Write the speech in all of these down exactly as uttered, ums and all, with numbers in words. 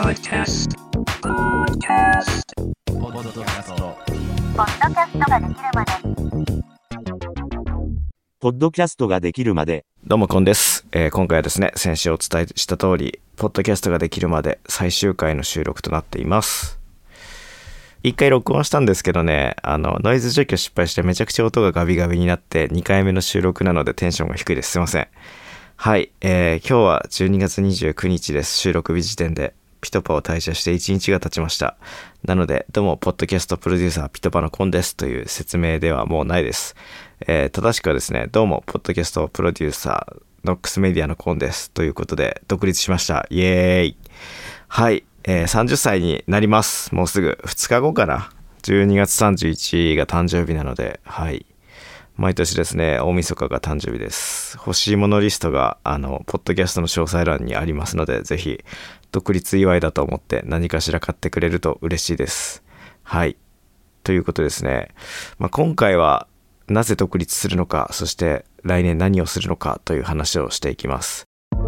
Podcast Podcast ポッドキャストポッドキャストができるまでポッドキャストができるまでどうもコンです、えー、今回はですね、先週お伝えした通りポッドキャストができるまで最終回の収録となっています。一回録音したんですけどね、あのノイズ除去失敗してめちゃくちゃ音がガビガビになってにかいめの収録なのでテンションが低いです。すいません。はい、えー、今日はじゅうにがつにじゅうくにちです。収録日時点でピトパを退社していちにちが経ちました。なのでどうもポッドキャストプロデューサーピトパのコンですという説明ではもうないです。えー、正しくはですね、どうもポッドキャストプロデューサーノックスメディアのコンですということで独立しました。イエーイ。はい、えー、さんじゅっさいになります。もうすぐふつかごかな。じゅうにがつさんじゅういちにちが誕生日なので、はい、毎年ですね、大晦日が誕生日です。欲しいものリストがあのポッドキャストの詳細欄にありますので、ぜひ独立祝いだと思って何かしら買ってくれると嬉しいです。はい、ということですね、まあ、今回はなぜ独立するのか、そして来年何をするのかという話をしていきます。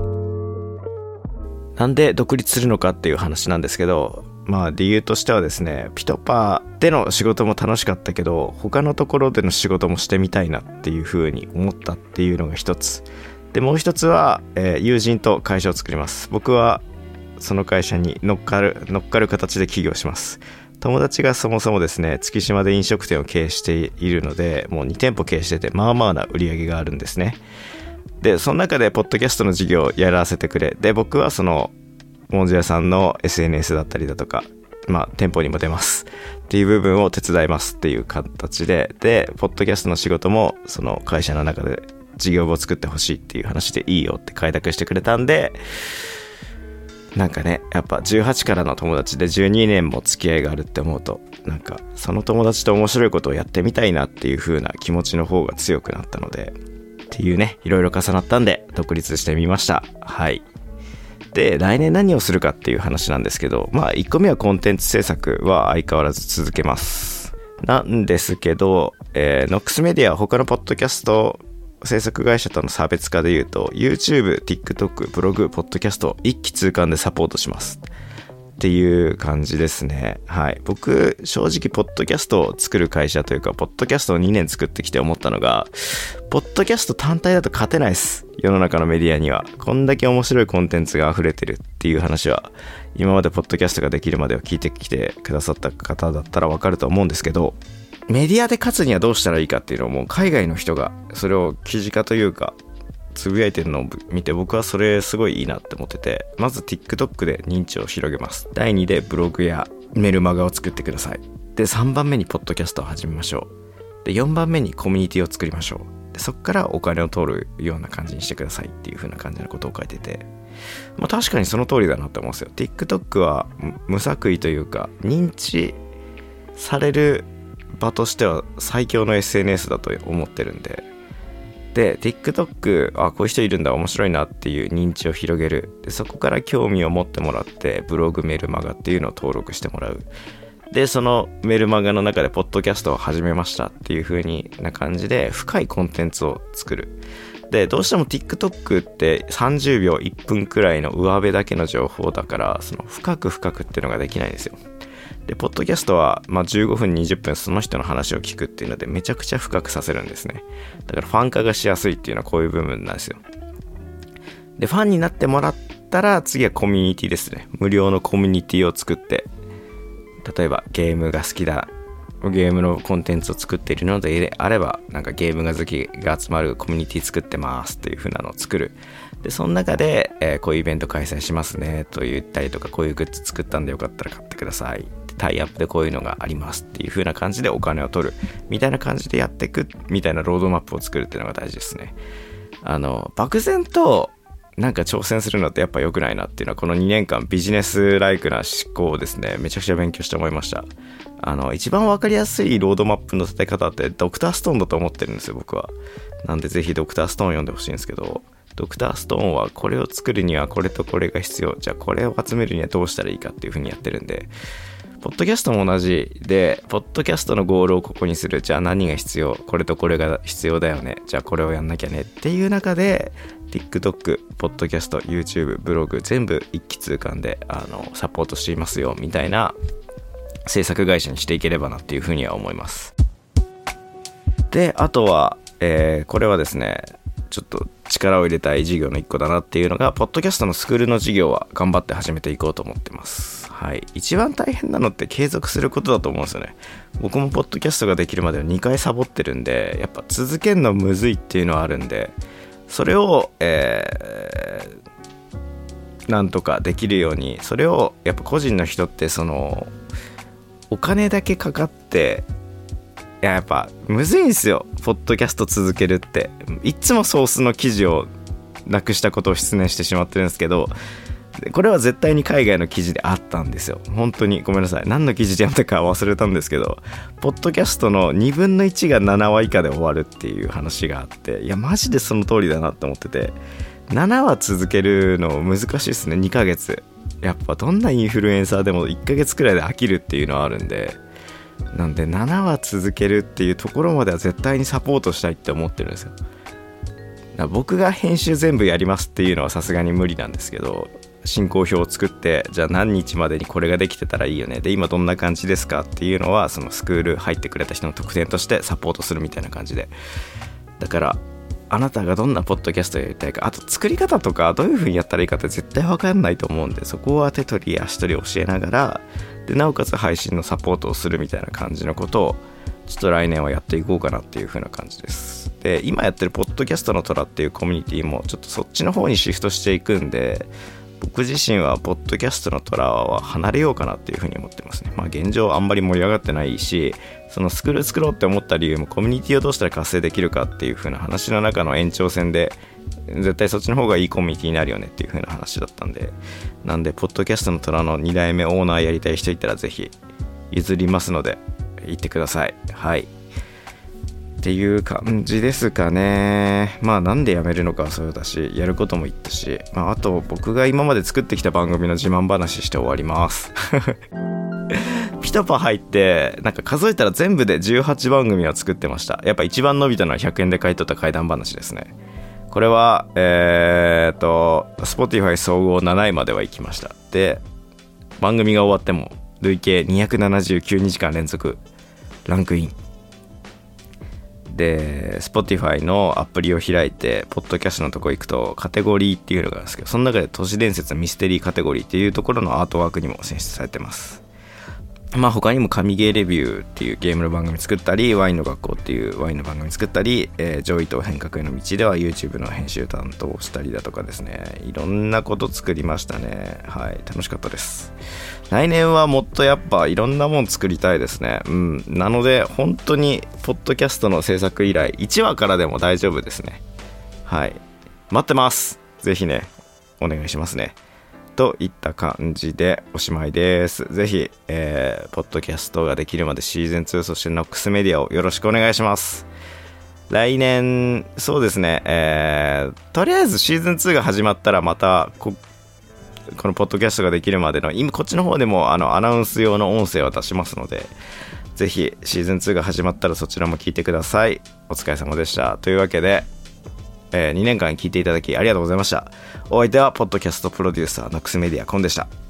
なんで独立するのかっていう話なんですけど、まあ理由としてはですね、ピトパでの仕事も楽しかったけど他のところでの仕事もしてみたいなっていう風に思ったっていうのが一つで、もう一つは、えー、友人と会社を作ります。僕はその会社に乗っかる乗っかる形で起業します。友達がそもそもですね、月島で飲食店を経営しているので、もうにてんぽ経営しててまあまあな売り上げがあるんですね。でその中でポッドキャストの事業をやらせてくれ、で僕はそのもんじゃ屋さんの エスエヌエス だったりだとか、まあ店舗にも出ますっていう部分を手伝いますっていう形で、でポッドキャストの仕事もその会社の中で事業部を作ってほしいっていう話でいいよって開拓してくれたんで、なんかね、やっぱじゅうはちからの友達でじゅうにねんも付き合いがあるって思うと、なんかその友達と面白いことをやってみたいなっていう風な気持ちの方が強くなったのでっていうね、いろいろ重なったんで独立してみました。はい。で来年何をするかっていう話なんですけど、まあいっこめはコンテンツ制作は相変わらず続けますなんですけど、えー、ノックスメディアは他のポッドキャスト制作会社との差別化でいうと YouTube、TikTok、ブログ、ポッドキャスト一気通貫でサポートしますっていう感じですね。はい、僕正直ポッドキャストを作る会社というかポッドキャストをにねん作ってきて思ったのが、ポッドキャスト単体だと勝てないです。世の中のメディアにはこんだけ面白いコンテンツが溢れてるっていう話は、今までポッドキャストができるまでを聞いてきてくださった方だったらわかると思うんですけど、メディアで勝つにはどうしたらいいかっていうのをもう海外の人がそれを記事化というかつぶやいてるのを見て、僕はそれすごいいいなって思ってて、まず TikTok で認知を広げます。だいにでブログやメルマガを作ってください。でさんばんめにポッドキャストを始めましょう。でよんばんめにコミュニティを作りましょう。でそこからお金を取るような感じにしてくださいっていう風な感じのことを書いてて、まあ確かにその通りだなって思うんですよ。 TikTok は無作為というか認知される場としては最強の エスエヌエス だと思ってるんで、で TikTok あこういう人いるんだ面白いなっていう認知を広げる。でそこから興味を持ってもらってブログメルマガっていうのを登録してもらう。でそのメルマガの中でポッドキャストを始めましたっていう風にな感じで深いコンテンツを作る。でどうしても TikTok ってさんじゅうびょういっぷんくらいの上辺だけの情報だから、その深く深くっていうのができないんですよ。でポッドキャストは、まあ、じゅうごふんにじゅっぷんその人の話を聞くっていうのでめちゃくちゃ深くさせるんですね。だからファン化がしやすいっていうのはこういう部分なんですよ。でファンになってもらったら次はコミュニティですね。無料のコミュニティを作って、例えばゲームが好きだ、ゲームのコンテンツを作っているのであれば、なんかゲームが好きが集まるコミュニティ作ってますっていう風なのを作る。でその中で、えー、こういうイベント開催しますねと言ったりとか、こういうグッズ作ったんでよかったら買ってください、タイアップでこういうのがありますっていう風な感じでお金を取るみたいな感じでやっていくみたいなロードマップを作るっていうのが大事ですね。あの漠然となんか挑戦するのってやっぱ良くないなっていうのは、このにねんかんビジネスライクな思考をですねめちゃくちゃ勉強して思いました。あの一番わかりやすいロードマップの立て方ってドクターストーンだと思ってるんですよ僕は。なんでぜひドクターストーン読んでほしいんですけど、ドクターストーンはこれを作るにはこれとこれが必要、じゃあこれを集めるにはどうしたらいいかっていう風にやってるんで、ポッドキャストも同じで、ポッドキャストのゴールをここにする、じゃあ何が必要、これとこれが必要だよね、じゃあこれをやんなきゃねっていう中で TikTok、ポッドキャスト、YouTube、ブログ全部一気通貫であのサポートしていますよみたいな制作会社にしていければなっていうふうには思います。で、あとは、えー、これはですねちょっと力を入れたい事業の一個だなっていうのが、ポッドキャストのスクールの事業は頑張って始めていこうと思ってます。はい、一番大変なのって継続することだと思うんですよね。僕もポッドキャストができるまではにかいサボってるんで、やっぱ続けるのむずいっていうのはあるんで、それを、えー、なんとかできるように、それをやっぱ個人の人ってそのお金だけかかって、いややっぱむずいんですよポッドキャスト続けるって。いつもソースの記事をなくしたことを失念してしまってるんですけど、これは絶対に海外の記事であったんですよ。本当にごめんなさい、何の記事でやったか忘れたんですけど、ポッドキャストのにぶんのいちがななわ以下で終わるっていう話があって、いやマジでその通りだなって思ってて、ななわ続けるの難しいですね。にかげつ、やっぱどんなインフルエンサーでもいっかげつくらいで飽きるっていうのはあるんで、なんでななわ続けるっていうところまでは絶対にサポートしたいって思ってるんですよ。だから僕が編集全部やりますっていうのはさすがに無理なんですけど、進行表を作って、じゃあ何日までにこれができてたらいいよね、で今どんな感じですかっていうのは、そのスクール入ってくれた人の特典としてサポートするみたいな感じで、だからあなたがどんなポッドキャストをやりたいか、あと作り方とかどういう風にやったらいいかって絶対分かんないと思うんで、そこは手取り足取り教えながら、でなおかつ配信のサポートをするみたいな感じのことをちょっと来年はやっていこうかなっていう風な感じです。で今やってるポッドキャストの虎っていうコミュニティもちょっとそっちの方にシフトしていくんで、僕自身はポッドキャストの虎は離れようかなっていう風に思ってますね。まあ現状あんまり盛り上がってないし、そのスクール作ろうって思った理由もコミュニティをどうしたら活性できるかっていう風な話の中の延長線で、絶対そっちの方がいいコミュニティになるよねっていう風な話だったんで、なんでポッドキャストの虎のに代目オーナーやりたい人いたらぜひ譲りますので行ってください。はいっていう感じですかね。まあなんで辞めるのかはそうだし、やることも言ったし、まああと僕が今まで作ってきた番組の自慢話して終わりますピトパ入ってなんか数えたら全部でじゅうはちばんぐみは作ってました。やっぱ一番伸びたのはひゃくえんで買い取った怪談話ですね。これはえー、っと Spotify 総合なないまでは行きました。で番組が終わっても累計にひゃくななじゅうきゅうにちかん連続ランクインで、 Spotify のアプリを開いてポッドキャストのとこ行くとカテゴリーっていうのがあるんですけど、その中で都市伝説ミステリーカテゴリーっていうところのアートワークにも選出されてます。まあ他にも神ゲーレビューっていうゲームの番組作ったり、ワインの学校っていうワインの番組作ったり、えー、上位と変革への道では YouTube の編集担当したりだとかですね、いろんなこと作りましたね。はい、楽しかったです。来年はもっとやっぱいろんなもん作りたいですね。うん、なので本当にポッドキャストの制作依頼いちわからでも大丈夫ですね。はい、待ってます。ぜひねお願いしますねといった感じでおしまいです。ぜひ、えー、ポッドキャストができるまでシーズンツー、そしてノックスメディアをよろしくお願いします。来年そうですね、えー、とりあえずシーズンツーが始まったらまた こ, このポッドキャストができるまでの今こっちの方でもあのアナウンス用の音声を出しますので、ぜひシーズンツーが始まったらそちらも聞いてください。お疲れ様でした。というわけでえー、にねんかん聞いていただきありがとうございました。お相手はポッドキャストプロデューサーノックスメディアコンでした。